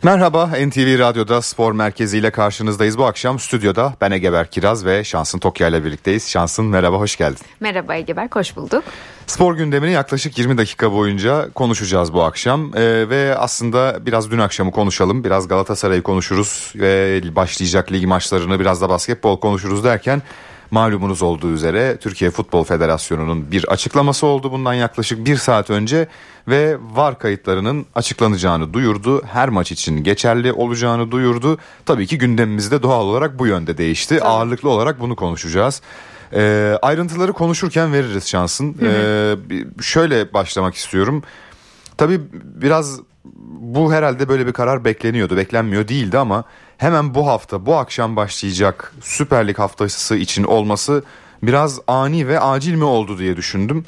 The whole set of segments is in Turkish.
Merhaba, NTV Radyo'da Spor Merkezi ile karşınızdayız. Bu akşam stüdyoda ben Egeber Kiraz ve Şansın Tokya ile birlikteyiz. Şansın merhaba, hoş geldin. Merhaba Egeber, hoş bulduk. Spor gündemini yaklaşık 20 dakika boyunca konuşacağız bu akşam. Ve aslında biraz dün akşamı konuşalım, biraz Galatasaray'ı konuşuruz ve başlayacak lig maçlarını, biraz da basketbol konuşuruz derken... Malumunuz olduğu üzere Türkiye Futbol Federasyonu'nun bir açıklaması oldu bundan yaklaşık 1 saat önce ve VAR kayıtlarının açıklanacağını duyurdu. Her maç için geçerli olacağını duyurdu. Tabii ki gündemimiz de doğal olarak bu yönde değişti. Tabii. Ağırlıklı olarak bunu konuşacağız. Ayrıntıları konuşurken veririz Şansın. Şöyle başlamak istiyorum. Tabii biraz bu herhalde böyle bir karar bekleniyordu. Beklenmiyor değildi ama hemen bu hafta, bu akşam başlayacak Süper Lig haftası için olması biraz ani ve acil mi oldu diye düşündüm.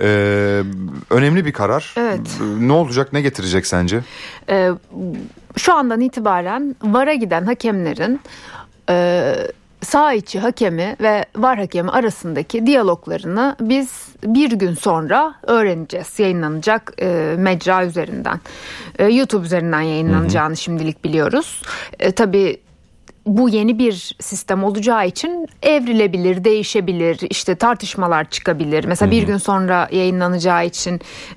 Önemli bir karar. Evet. Ne olacak, ne getirecek sence? Şu andan itibaren VAR'a giden hakemlerin... saha içi hakemi ve VAR hakemi arasındaki diyaloglarını biz bir gün sonra öğreneceğiz. Yayınlanacak mecra üzerinden. YouTube üzerinden yayınlanacağını şimdilik biliyoruz. Tabii bu yeni bir sistem olacağı için evrilebilir, değişebilir, işte tartışmalar çıkabilir. Mesela bir gün sonra yayınlanacağı için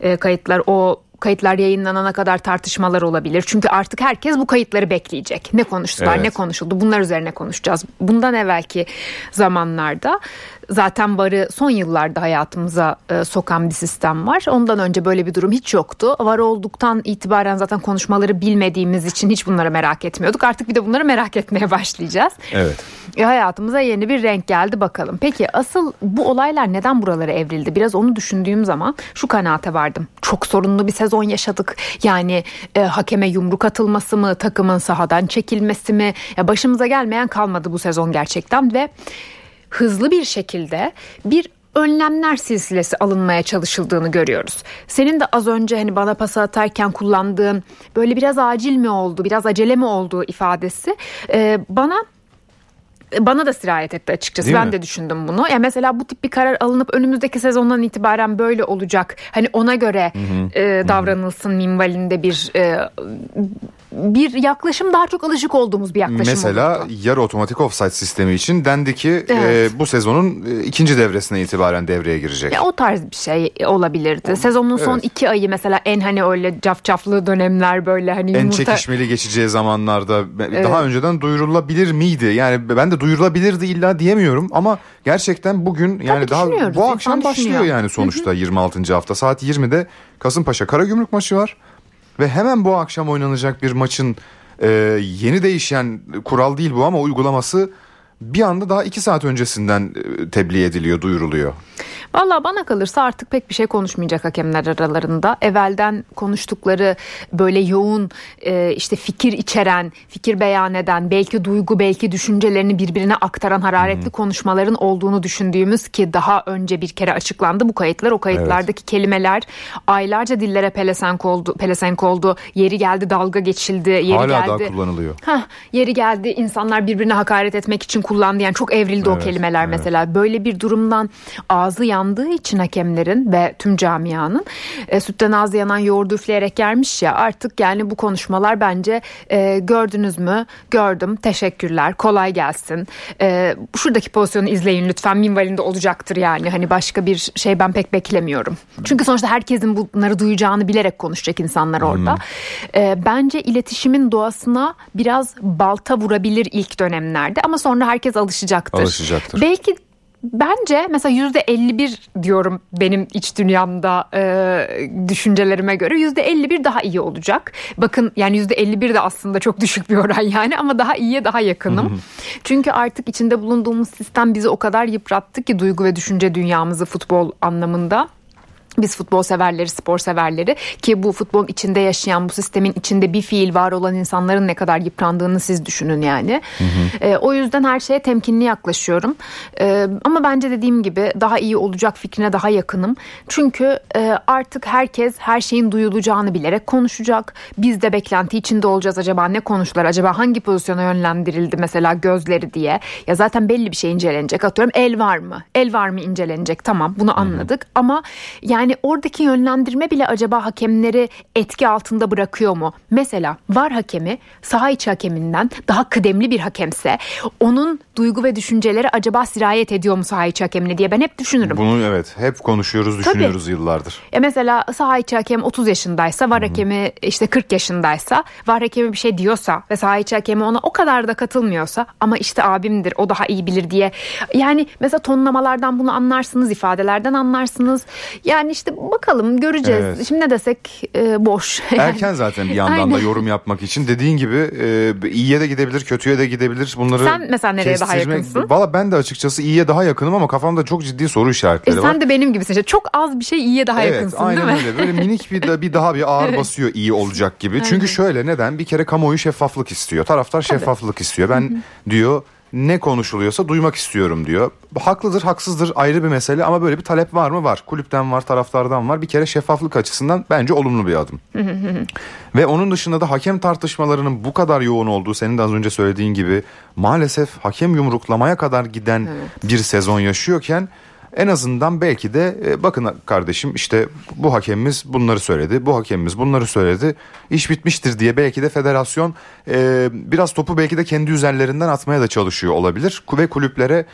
kayıtlar yayınlanana kadar tartışmalar olabilir. Çünkü artık herkes bu kayıtları bekleyecek. Ne konuştular, evet, ne konuşuldu, bunlar üzerine konuşacağız. Bundan evvelki zamanlarda zaten VAR'ı son yıllarda hayatımıza sokan bir sistem var. Ondan önce böyle bir durum hiç yoktu. VAR olduktan itibaren zaten konuşmaları bilmediğimiz için hiç bunları merak etmiyorduk. Artık bir de bunları merak etmeye başlayacağız. Evet. Hayatımıza yeni bir renk geldi bakalım. Peki asıl bu olaylar neden buralara evrildi? Biraz onu düşündüğüm zaman şu kanaate vardım. Çok sorunlu bir sezon yaşadık. Yani hakeme yumruk atılması mı, takımın sahadan çekilmesi mi? Ya başımıza gelmeyen kalmadı bu sezon gerçekten ve hızlı bir şekilde bir önlemler silsilesi alınmaya çalışıldığını görüyoruz. Senin de az önce hani bana pas atarken kullandığın böyle biraz acil mi oldu, biraz acele mi oldu ifadesi bana da sirayet etti açıkçası. Değil ben mi? De düşündüm bunu. Yani mesela bu tip bir karar alınıp önümüzdeki sezondan itibaren böyle olacak. Hani ona göre davranılsın minvalinde bir yaklaşım, daha çok alışık olduğumuz bir yaklaşım. Mesela olurdu. Yarı otomatik offside sistemi için dendi ki evet, bu sezonun ikinci devresine itibaren devreye girecek. Ya o tarz bir şey olabilirdi. Sezonun son 2 ayı mesela en hani öyle cafcaflı dönemler, böyle hani en çekişmeli geçeceği zamanlarda daha önceden duyurulabilir miydi? Yani ben de duyurulabilirdi illa diyemiyorum ama gerçekten bugün yani daha bu akşam başlıyor yani sonuçta 26. hafta saat 20'de Kasımpaşa Karagümrük maçı var. Ve hemen bu akşam oynanacak bir maçın yeni değişen kural değil bu ama uygulaması bir anda daha 2 saat öncesinden tebliğ ediliyor, duyuruluyor. Vallahi bana kalırsa artık pek bir şey konuşmayacak hakemler aralarında. Evvelden konuştukları böyle yoğun işte fikir içeren, fikir beyan eden, belki duygu, belki düşüncelerini birbirine aktaran hararetli konuşmaların olduğunu düşündüğümüz ki daha önce bir kere açıklandı bu kayıtlar. O kayıtlardaki kelimeler aylarca dillere pelesenk oldu. Yeri geldi dalga geçildi. Hala daha kullanılıyor. Yeri geldi insanlar birbirine hakaret etmek için kullandı. Yani çok evrildi o kelimeler mesela. Böyle bir durumdan ağzı yandığı için hakemlerin ve tüm camianın sütten ağzı yanan yoğurdu üfleyerek yermiş ya, artık yani bu konuşmalar bence gördünüz mü? Gördüm. Teşekkürler. Kolay gelsin. Şuradaki pozisyonu izleyin lütfen minvalinde olacaktır yani. Hani başka bir şey ben pek beklemiyorum. Çünkü sonuçta herkesin bunları duyacağını bilerek konuşacak insanlar orada. Bence iletişimin doğasına biraz balta vurabilir ilk dönemlerde ama sonra herkes alışacaktır. Belki bence mesela %51 diyorum benim iç dünyamda düşüncelerime göre %51 daha iyi olacak. Bakın yani %51 de aslında çok düşük bir oran yani ama daha iyiye daha yakınım. Çünkü artık içinde bulunduğumuz sistem bizi o kadar yıprattı ki duygu ve düşünce dünyamızı futbol anlamında. Biz futbol severleri, spor severleri ki bu futbolun içinde yaşayan, bu sistemin içinde bir fiil var olan insanların ne kadar yıprandığını siz düşünün yani. O yüzden her şeye temkinli yaklaşıyorum. Ama bence dediğim gibi daha iyi olacak fikrine daha yakınım. Çünkü artık herkes her şeyin duyulacağını bilerek konuşacak. Biz de beklenti içinde olacağız. Acaba ne konuştular? Acaba hangi pozisyona yönlendirildi mesela gözleri diye. Ya zaten belli bir şey incelenecek. Atıyorum el var mı? El var mı incelenecek? Tamam, bunu anladık. Ama yani Yani oradaki yönlendirme bile acaba hakemleri etki altında bırakıyor mu? Mesela VAR hakemi saha içi hakeminden daha kıdemli bir hakemse onun duygu ve düşünceleri acaba sirayet ediyor mu saha içi hakemine diye ben hep düşünürüm. Bunu evet hep konuşuyoruz, düşünüyoruz yıllardır. Mesela saha içi hakem 30 yaşındaysa, VAR hakemi işte 40 yaşındaysa, VAR hakemi bir şey diyorsa ve saha içi hakemi ona o kadar da katılmıyorsa ama işte abimdir o daha iyi bilir diye. Yani mesela tonlamalardan bunu anlarsınız, ifadelerden anlarsınız. Yani işte bakalım göreceğiz. Evet. Şimdi ne desek boş. Erken zaten bir yandan da yorum yapmak için. Dediğin gibi iyiye de gidebilir, kötüye de gidebilir. Bunları sen mesela nereye daha yakınsın? Valla ben de açıkçası iyiye daha yakınım ama kafamda çok ciddi soru işaretleri var. Sen de benim gibisin. Çok az bir şey iyiye daha yakınsın değil mi? Evet, aynen öyle. Böyle minik bir daha bir ağır basıyor iyi olacak gibi. Çünkü şöyle, neden? Bir kere kamuoyu şeffaflık istiyor. Taraftar şeffaflık istiyor. Ben diyor ne konuşuluyorsa duymak istiyorum diyor. Haklıdır, haksızdır ayrı bir mesele ama böyle bir talep var mı? Var. Kulüpten var, taraftardan var. Bir kere şeffaflık açısından bence olumlu bir adım. Ve onun dışında da hakem tartışmalarının bu kadar yoğun olduğu, senin de az önce söylediğin gibi maalesef hakem yumruklamaya kadar giden bir sezon yaşıyorken en azından belki de bakın kardeşim işte bu hakemimiz bunları söyledi, bu hakemimiz bunları söyledi, iş bitmiştir diye belki de federasyon biraz topu belki de kendi üzerlerinden atmaya da çalışıyor olabilir. Ve kulüplere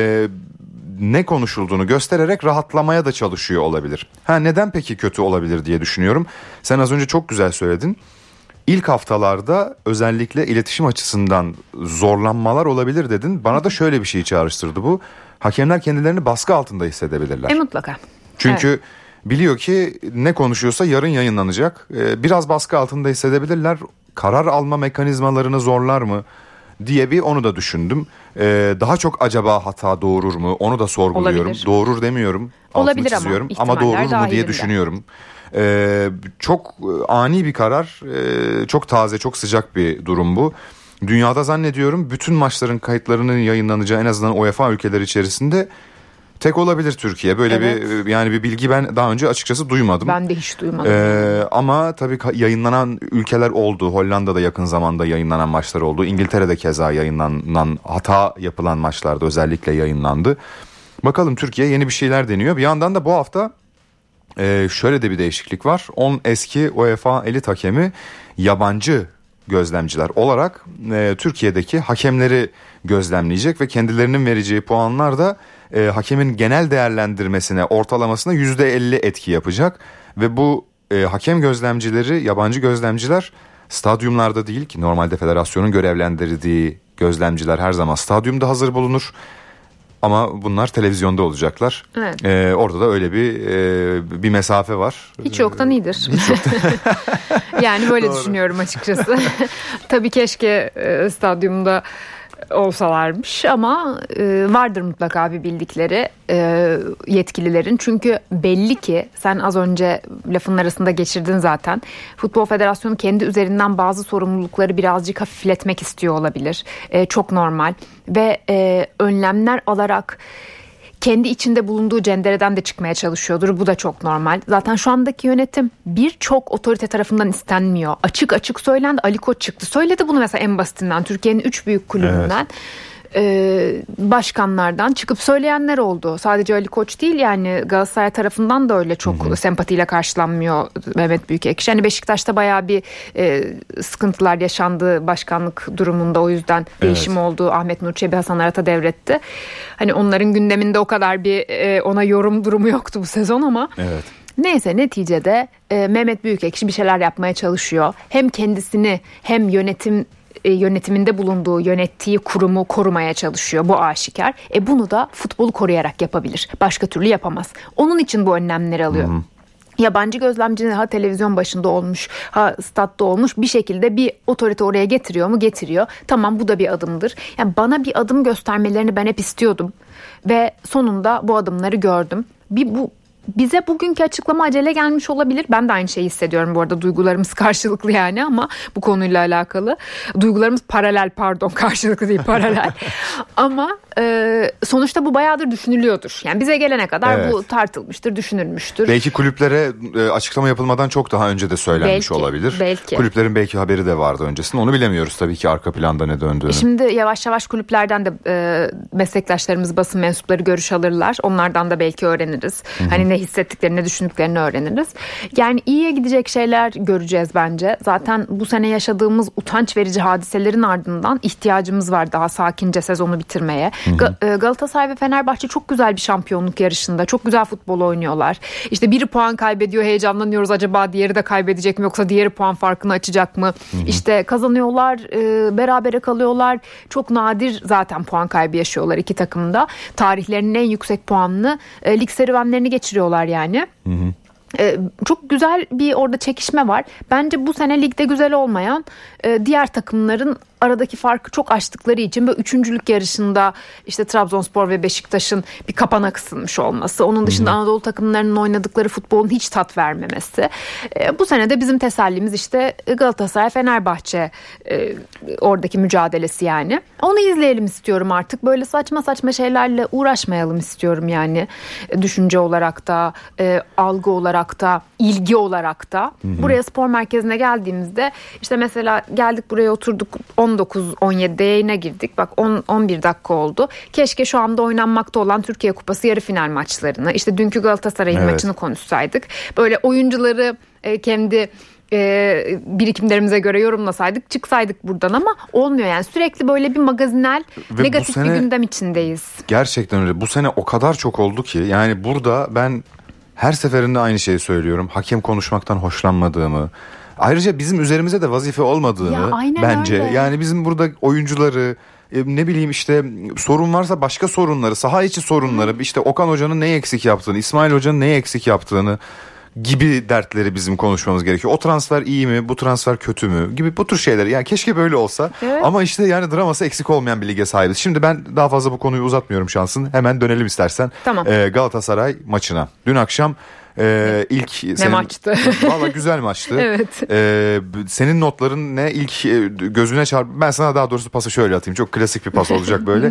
ne konuşulduğunu göstererek rahatlamaya da çalışıyor olabilir. Neden peki kötü olabilir diye düşünüyorum. Sen az önce çok güzel söyledin. İlk haftalarda özellikle iletişim açısından zorlanmalar olabilir dedin. Bana da şöyle bir şey çağrıştırdı bu. Hakemler kendilerini baskı altında hissedebilirler. Mutlaka. Çünkü biliyor ki ne konuşuyorsa yarın yayınlanacak. Biraz baskı altında hissedebilirler. Karar alma mekanizmalarını zorlar mı diye bir onu da düşündüm. Daha çok acaba hata doğurur mu? Onu da sorguluyorum. Olabilir. Doğurur demiyorum. Olabilir ama doğurur mu diye düşünüyorum. Çok ani bir karar, çok taze, çok sıcak bir durum bu. Dünyada zannediyorum bütün maçların kayıtlarının yayınlanacağı en azından UEFA ülkeleri içerisinde tek olabilir Türkiye. Böyle bir bilgi ben daha önce açıkçası duymadım. Ben de hiç duymadım. Ama tabii yayınlanan ülkeler oldu. Hollanda'da yakın zamanda yayınlanan maçlar oldu. İngiltere'de keza yayınlanan, hata yapılan maçlarda özellikle yayınlandı. Bakalım, Türkiye yeni bir şeyler deniyor. Bir yandan da bu hafta şöyle de bir değişiklik var. 10 eski UEFA elit hakemi yabancı gözlemciler olarak Türkiye'deki hakemleri gözlemleyecek ve kendilerinin vereceği puanlar da hakemin genel değerlendirmesine, ortalamasına %50 etki yapacak. Ve bu hakem gözlemcileri, yabancı gözlemciler stadyumlarda değil ki normalde federasyonun görevlendirdiği gözlemciler her zaman stadyumda hazır bulunur. Ama bunlar televizyonda olacaklar. Evet. Orada da öyle bir mesafe var. Hiç yoktan iyidir. Yani böyle düşünüyorum açıkçası. Tabii keşke stadyumda olsalarmış ama vardır mutlaka bir bildikleri yetkililerin. Çünkü belli ki sen az önce lafın arasında geçirdin zaten. Futbol Federasyonu kendi üzerinden bazı sorumlulukları birazcık hafifletmek istiyor olabilir. Çok normal ve önlemler alarak kendi içinde bulunduğu cendereden de çıkmaya çalışıyordur. Bu da çok normal. Zaten şu andaki yönetim birçok otorite tarafından istenmiyor. Açık açık söylendi. Ali Koç çıktı. Söyledi bunu mesela en basitinden. Türkiye'nin 3 büyük kulübünden. Başkanlardan çıkıp söyleyenler oldu. Sadece Ali Koç değil, yani Galatasaray tarafından da öyle çok sempatiyle karşılanmıyor Mehmet Büyükekşi. Yani Beşiktaş'ta bayağı bir sıkıntılar yaşandı başkanlık durumunda, o yüzden değişim oldu. Ahmet Nur Çebi Hasan Arat'a devretti. Hani onların gündeminde o kadar bir ona yorum durumu yoktu bu sezon ama. Evet. Neyse, neticede Mehmet Büyükekşi bir şeyler yapmaya çalışıyor. Hem kendisini hem yönetiminde bulunduğu, yönettiği kurumu korumaya çalışıyor. Bu aşikar. Bunu da futbolu koruyarak yapabilir. Başka türlü yapamaz. Onun için bu önlemleri alıyor. Yabancı gözlemcinin ha televizyon başında olmuş, ha statta olmuş, bir şekilde bir otorite oraya getiriyor mu? Getiriyor. Tamam, bu da bir adımdır. Yani bana bir adım göstermelerini ben hep istiyordum. Ve sonunda bu adımları gördüm. Bize bugünkü açıklama acele gelmiş olabilir. Ben de aynı şeyi hissediyorum bu arada. Duygularımız karşılıklı yani, ama bu konuyla alakalı. Duygularımız karşılıklı değil, paralel. Ama sonuçta bu bayağıdır düşünülüyordur. Yani bize gelene kadar bu tartılmıştır, düşünülmüştür. Belki kulüplere açıklama yapılmadan çok daha önce de söylenmiş olabilir. Belki. Kulüplerin belki haberi de vardı öncesinde. Onu bilemiyoruz tabii ki arka planda ne döndüğünü. Şimdi yavaş yavaş kulüplerden de meslektaşlarımız, basın mensupları görüş alırlar. Onlardan da belki öğreniriz. Hani ne hissettiklerini, ne düşündüklerini öğreniriz. Yani iyiye gidecek şeyler göreceğiz bence. Zaten bu sene yaşadığımız utanç verici hadiselerin ardından ihtiyacımız var daha sakince sezonu bitirmeye. Galatasaray ve Fenerbahçe çok güzel bir şampiyonluk yarışında. Çok güzel futbol oynuyorlar. İşte biri puan kaybediyor, heyecanlanıyoruz. Acaba diğeri de kaybedecek mi, yoksa diğeri puan farkını açacak mı? İşte kazanıyorlar, berabere kalıyorlar. Çok nadir zaten puan kaybı yaşıyorlar iki takımda. Tarihlerinin en yüksek puanını lig serüvenlerini geçiriyorlar yani. Çok güzel bir orada çekişme var. Bence bu sene ligde güzel olmayan diğer takımların aradaki farkı çok aştıkları için böyle üçüncülük yarışında işte Trabzonspor ve Beşiktaş'ın bir kapana kısılmış olması. Onun dışında Anadolu takımlarının oynadıkları futbolun hiç tat vermemesi. Bu sene de bizim tesellimiz işte Galatasaray, Fenerbahçe oradaki mücadelesi yani. Onu izleyelim istiyorum artık. Böyle saçma saçma şeylerle uğraşmayalım istiyorum yani. Düşünce olarak da, algı olarak da, ilgi olarak da. Buraya spor merkezine geldiğimizde işte mesela geldik buraya oturduk, 19-17'de yayına girdik. Bak 11 dakika oldu. Keşke şu anda oynanmakta olan Türkiye Kupası yarı final maçlarını, işte dünkü Galatasaray'ın maçını konuşsaydık. Böyle oyuncuları kendi birikimlerimize göre yorumlasaydık, çıksaydık buradan, ama olmuyor yani. Sürekli böyle bir magazinel ve negatif bir gündem içindeyiz. Gerçekten öyle. Bu sene o kadar çok oldu ki yani burada ben her seferinde aynı şeyi söylüyorum. Hakem konuşmaktan hoşlanmadığımı, ayrıca bizim üzerimize de vazife olmadığını bence. Öyle. Yani bizim burada oyuncuları, ne bileyim işte sorun varsa başka sorunları, saha içi sorunları, işte Okan Hoca'nın neyi eksik yaptığını, İsmail Hoca'nın neyi eksik yaptığını gibi dertleri bizim konuşmamız gerekiyor. O transfer iyi mi, bu transfer kötü mü gibi bu tür şeyler. Yani keşke böyle olsa. Evet. Ama işte yani draması eksik olmayan bir lige sahibiz. Şimdi ben daha fazla bu konuyu uzatmıyorum şansın. Hemen dönelim istersen. Tamam. Galatasaray maçına. Dün akşam ne maçtı? Valla güzel maçtı. Evet. Senin notların ne? İlk gözüne ben sana daha doğrusu pası şöyle atayım. Çok klasik bir pas olacak böyle.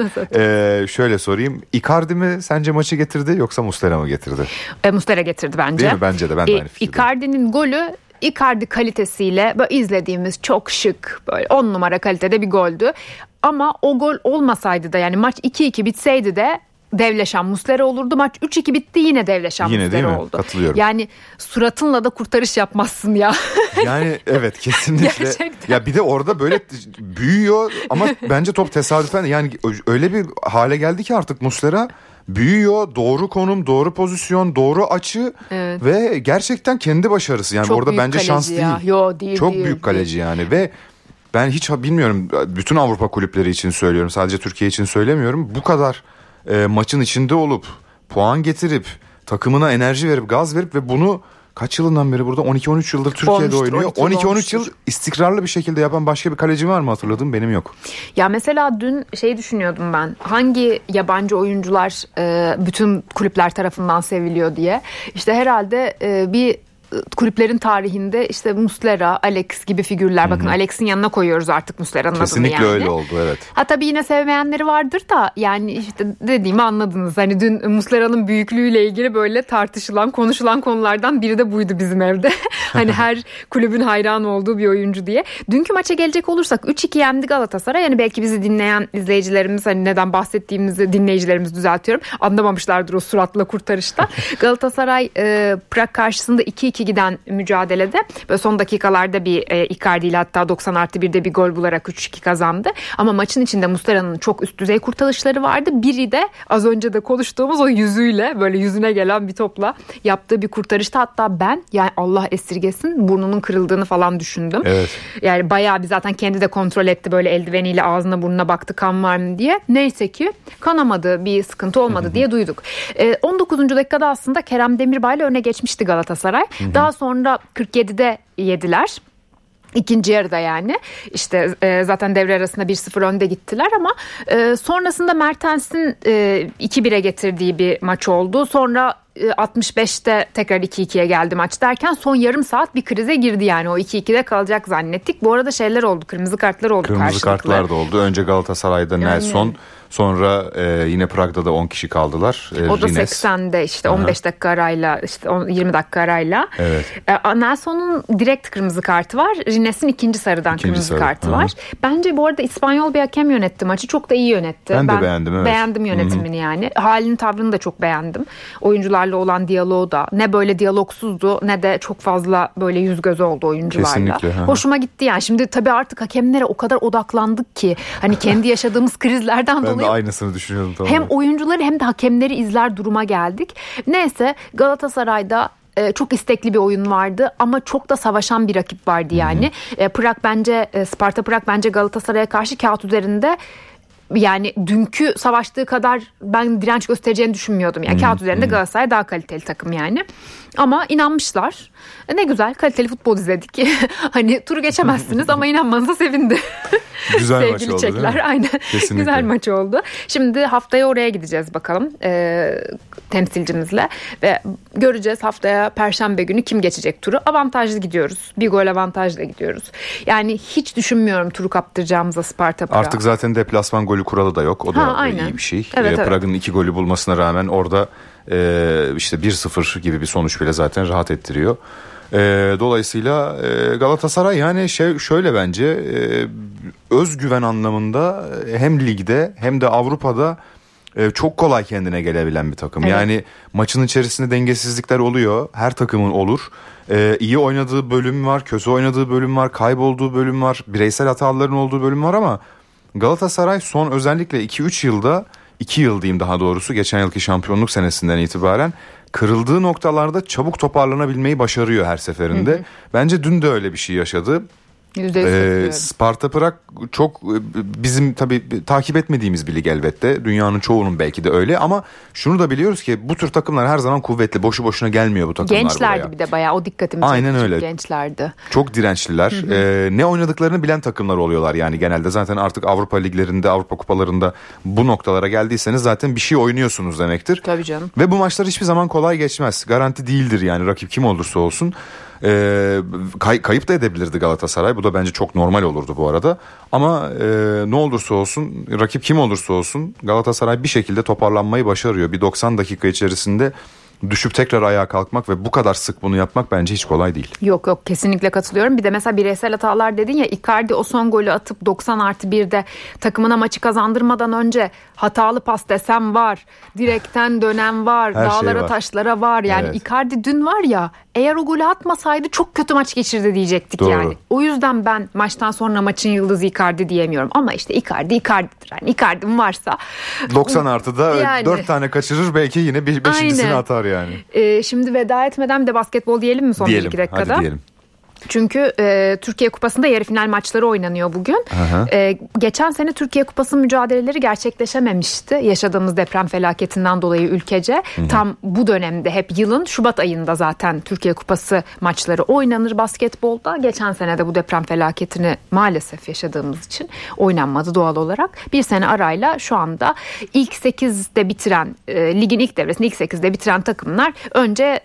Şöyle sorayım. Icardi mi sence maçı getirdi, yoksa Muslera mı getirdi? Muslera getirdi bence. Değil mi? Bence de. Ben de aynı fikirdeyim. Icardi'nin golü Icardi kalitesiyle böyle izlediğimiz çok şık, böyle 10 numara kalitede bir goldü. Ama o gol olmasaydı da, yani maç 2-2 bitseydi de devleşen Muslera olurdu. Maç 3-2 bitti, yine devleşen Muslera oldu. Katılıyorum. Yani suratınla da kurtarış yapmazsın ya. Yani evet, kesinlikle. Gerçekten. Ya bir de orada böyle büyüyor ama bence top tesadüfen, yani öyle bir hale geldi ki artık Muslera büyüyor, doğru konum, doğru pozisyon, doğru açı, evet. Ve gerçekten kendi başarısı. Yani çok orada bence şans ya. değil. Değil. Çok büyük kaleci yani ve ben hiç bilmiyorum, bütün Avrupa kulüpleri için söylüyorum, sadece Türkiye için söylemiyorum. Bu kadar maçın içinde olup puan getirip takımına enerji verip gaz verip ve bunu kaç yılından beri burada 12-13 yıldır Türkiye'de oynuyor. 12-13 yıl istikrarlı bir şekilde yapan başka bir kaleci var mı hatırladığım? Benim yok. Ya mesela dün düşünüyordum ben. Hangi yabancı oyuncular bütün kulüpler tarafından seviliyor diye. İşte herhalde bir kulüplerin tarihinde işte Muslera, Alex gibi figürler. Bakın Alex'in yanına koyuyoruz artık Muslera'nın adını yani. Kesinlikle öyle oldu, evet. Ha tabii yine sevmeyenleri vardır da yani işte dediğimi anladınız. Hani dün Muslera'nın büyüklüğüyle ilgili böyle tartışılan, konuşulan konulardan biri de buydu bizim evde. Hani her kulübün hayran olduğu bir oyuncu diye. Dünkü maça gelecek olursak 3-2 yendi Galatasaray. Yani belki bizi dinleyen izleyicilerimiz, hani neden bahsettiğimizi dinleyicilerimiz düzeltiyorum, anlamamışlardır o suratla kurtarışta. Galatasaray Prag karşısında 2-2 giden mücadelede böyle son dakikalarda bir Icardi ile hatta 90+1'de bir gol bularak 3-2 kazandı. Ama maçın içinde Muslera'nın çok üst düzey kurtarışları vardı. Biri de az önce de konuştuğumuz o yüzüyle, böyle yüzüne gelen bir topla yaptığı bir kurtarışta, hatta ben yani Allah esirgesin burnunun kırıldığını falan düşündüm. Evet. Yani bayağı bir zaten kendi de kontrol etti, böyle eldiveniyle ağzına burnuna baktı kan var mı diye. Neyse ki kanamadı, bir sıkıntı olmadı diye duyduk. 19. dakikada aslında Kerem Demirbay'la öne geçmişti Galatasaray. Daha sonra 47'de yediler. İkinci yarıda yani işte zaten devre arasında 1-0 önde gittiler ama sonrasında Mertens'in 2-1'e getirdiği bir maç oldu. Sonra 65'te tekrar 2-2'ye geldi maç derken son yarım saat bir krize girdi yani, o 2-2'de kalacak zannettik. Bu arada şeyler oldu, kırmızı kartlar oldu. Kırmızı kartlar da oldu. Önce Galatasaray'da Nelson, Sonra yine Prag'da da 10 kişi kaldılar. O da 80'de işte 15 dakika arayla, işte 20 dakika arayla. Evet. Nelson'un direkt kırmızı kartı var. Rines'in ikinci sarıdan kırmızı kartı var. Bence bu arada İspanyol bir hakem yönetti maçı. Çok da iyi yönetti. Ben de beğendim. Evet. Beğendim yönetimini yani. Halini, tavrını da çok beğendim. Oyuncularla olan diyaloğu da. Ne böyle diyalogsuzdu ne de çok fazla böyle yüz göz oldu oyuncularla. Kesinlikle. Hoşuma gitti yani. Şimdi tabii artık hakemlere o kadar odaklandık ki. Hani kendi yaşadığımız krizlerden dolayı. Ben de aynısını düşünüyordum. Tamam. Hem oyuncuları hem de hakemleri izler duruma geldik. Neyse, Galatasaray'da çok istekli bir oyun vardı ama çok da savaşan bir rakip vardı yani. Sparta Prag bence Galatasaray'a karşı kağıt üzerinde, yani dünkü savaştığı kadar ben direnç göstereceğini düşünmüyordum. Yani kağıt üzerinde Galatasaray daha kaliteli takım yani. Ama inanmışlar. Ne güzel, kaliteli futbol izledik. Hani turu geçemezsiniz ama inanmanıza sevindi. Güzel maç oldu, değil mi? Aynen. Kesinlikle. Güzel maç oldu. Şimdi haftaya oraya gideceğiz bakalım temsilcimizle ve göreceğiz haftaya Perşembe günü kim geçecek turu. Avantajlı gidiyoruz. Bir gol avantajla gidiyoruz. Yani hiç düşünmüyorum turu kaptıracağımıza Sparta Prag. Artık zaten deplasman golü kuralı da yok. O da iyi bir şey. Evet, Prag'ın 2 golü bulmasına rağmen orada işte 1-0 gibi bir sonuç bile zaten rahat ettiriyor. Dolayısıyla Galatasaray yani şöyle bence özgüven anlamında hem ligde hem de Avrupa'da çok kolay kendine gelebilen bir takım. Evet. Yani maçın içerisinde dengesizlikler oluyor. Her takımın olur. İyi oynadığı bölüm var, kötü oynadığı bölüm var, kaybolduğu bölüm var, bireysel hataların olduğu bölüm var ama Galatasaray son özellikle 2-3 yılda, 2 yıl diyeyim daha doğrusu, geçen yılki şampiyonluk senesinden itibaren kırıldığı noktalarda çabuk toparlanabilmeyi başarıyor her seferinde. Bence dün de öyle bir şey yaşadı. Sparta Prag çok bizim tabii takip etmediğimiz bir lig elbette. Dünyanın çoğunun belki de öyle ama şunu da biliyoruz ki bu tür takımlar her zaman kuvvetli. Boşu boşuna gelmiyor bu takımlar gençlerdi buraya. Bir de bayağı o dikkatimi çekti. Aynen öyle. Gençlerdi. Çok dirençliler. Ne oynadıklarını bilen takımlar oluyorlar yani genelde. Zaten artık Avrupa liglerinde, Avrupa kupalarında bu noktalara geldiyseniz zaten bir şey oynuyorsunuz demektir. Tabii canım. Ve bu maçlar hiçbir zaman kolay geçmez. Garanti değildir yani, rakip kim olursa olsun. Kayıp da edebilirdi Galatasaray. Bu da bence çok normal olurdu bu arada. Ama ne olursa olsun, rakip kim olursa olsun Galatasaray bir şekilde toparlanmayı başarıyor. Bir 90 dakika içerisinde düşüp tekrar ayağa kalkmak ve bu kadar sık bunu yapmak bence hiç kolay değil. Yok kesinlikle katılıyorum. Bir de mesela bireysel hatalar dedin ya, Icardi o son golü atıp 90+1'de takımına maçı kazandırmadan önce hatalı pas desem var, direkten dönen var, her dağlara şey var, taşlara var. Yani evet. Icardi dün var ya, eğer o golü atmasaydı çok kötü maç geçirdi diyecektik. Doğru. Yani. O yüzden ben maçtan sonra maçın yıldızı Icardi diyemiyorum. Ama işte Icardi'dir. Yani Icardi'm varsa 90+'da yani 4 tane kaçırır, belki yine 5.'sini atar yani. Şimdi veda etmeden de basketbol diyelim mi son 1-2 dakikada? Hadi diyelim. Çünkü Türkiye Kupası'nda yarı final maçları oynanıyor bugün. Geçen sene Türkiye Kupası mücadeleleri gerçekleşememişti. Yaşadığımız deprem felaketinden dolayı ülkece. Tam bu dönemde, hep yılın Şubat ayında zaten Türkiye Kupası maçları oynanır basketbolda. Geçen sene de bu deprem felaketini maalesef yaşadığımız için oynanmadı doğal olarak. Bir sene arayla şu anda ilk 8'de bitiren, ligin ilk devresinde ilk 8'de bitiren takımlar önce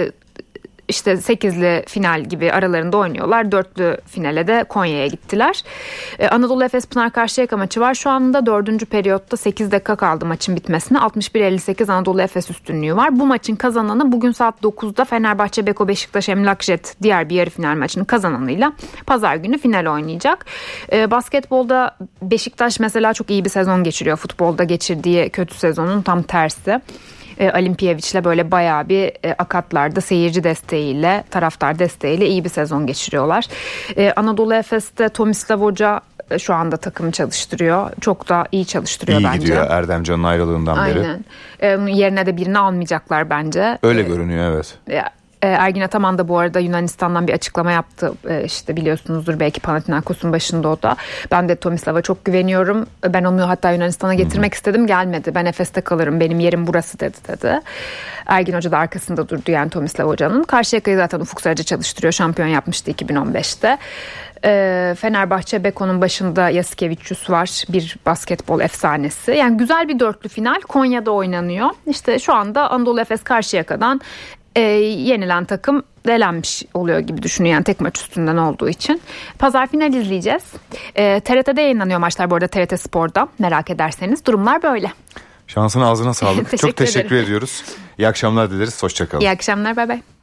işte 8'li final gibi aralarında oynuyorlar. 4'lü finale de Konya'ya gittiler. Anadolu Efes Pınar Karşıyaka maçı var. Şu anda 4. periyotta 8 dakika kaldı maçın bitmesine. 61-58 Anadolu Efes üstünlüğü var. Bu maçın kazananı bugün saat 9'da Fenerbahçe Beko Beşiktaş Emlakjet diğer bir yarı final maçının kazananıyla pazar günü final oynayacak. Basketbolda Beşiktaş mesela çok iyi bir sezon geçiriyor. Futbolda geçirdiği kötü sezonun tam tersi. Olimpiyevic'le böyle bayağı bir akatlarda seyirci desteğiyle, taraftar desteğiyle iyi bir sezon geçiriyorlar. Anadolu Efes'te Tomislav Hoca şu anda takımı çalıştırıyor. Çok da iyi çalıştırıyor bence. İyi gidiyor Erdem Can'ın ayrılığından beri. Aynen. Yerine de birini almayacaklar bence. Öyle görünüyor, evet. Ergin Ataman da bu arada Yunanistan'dan bir açıklama yaptı. İşte biliyorsunuzdur belki, Panathinaikos'un başında o da. Ben de Tomislav'a çok güveniyorum. Ben onu hatta Yunanistan'a getirmek istedim, gelmedi. Ben Efes'te kalırım, benim yerim burası dedi. Ergin Hoca da arkasında durdu yani Tomislav Hoca'nın. Karşıyaka'yı zaten Ufuk Sarıcı çalıştırıyor. Şampiyon yapmıştı 2015'te. Fenerbahçe Beko'nun başında Yasikevicius var, bir basketbol efsanesi. Yani güzel bir dörtlü final Konya'da oynanıyor. İşte şu anda Anadolu Efes Karşıyaka'dan yenilen takım elenmiş oluyor gibi düşünüyor. Yani tek maç üstünden olduğu için. Pazar final izleyeceğiz. TRT'de yayınlanıyor maçlar bu arada, TRT Spor'da, merak ederseniz. Durumlar böyle. Şansına ağzına sağlık. Çok teşekkür ediyoruz. İyi akşamlar dileriz. Hoşça kalın. İyi akşamlar, bay bay.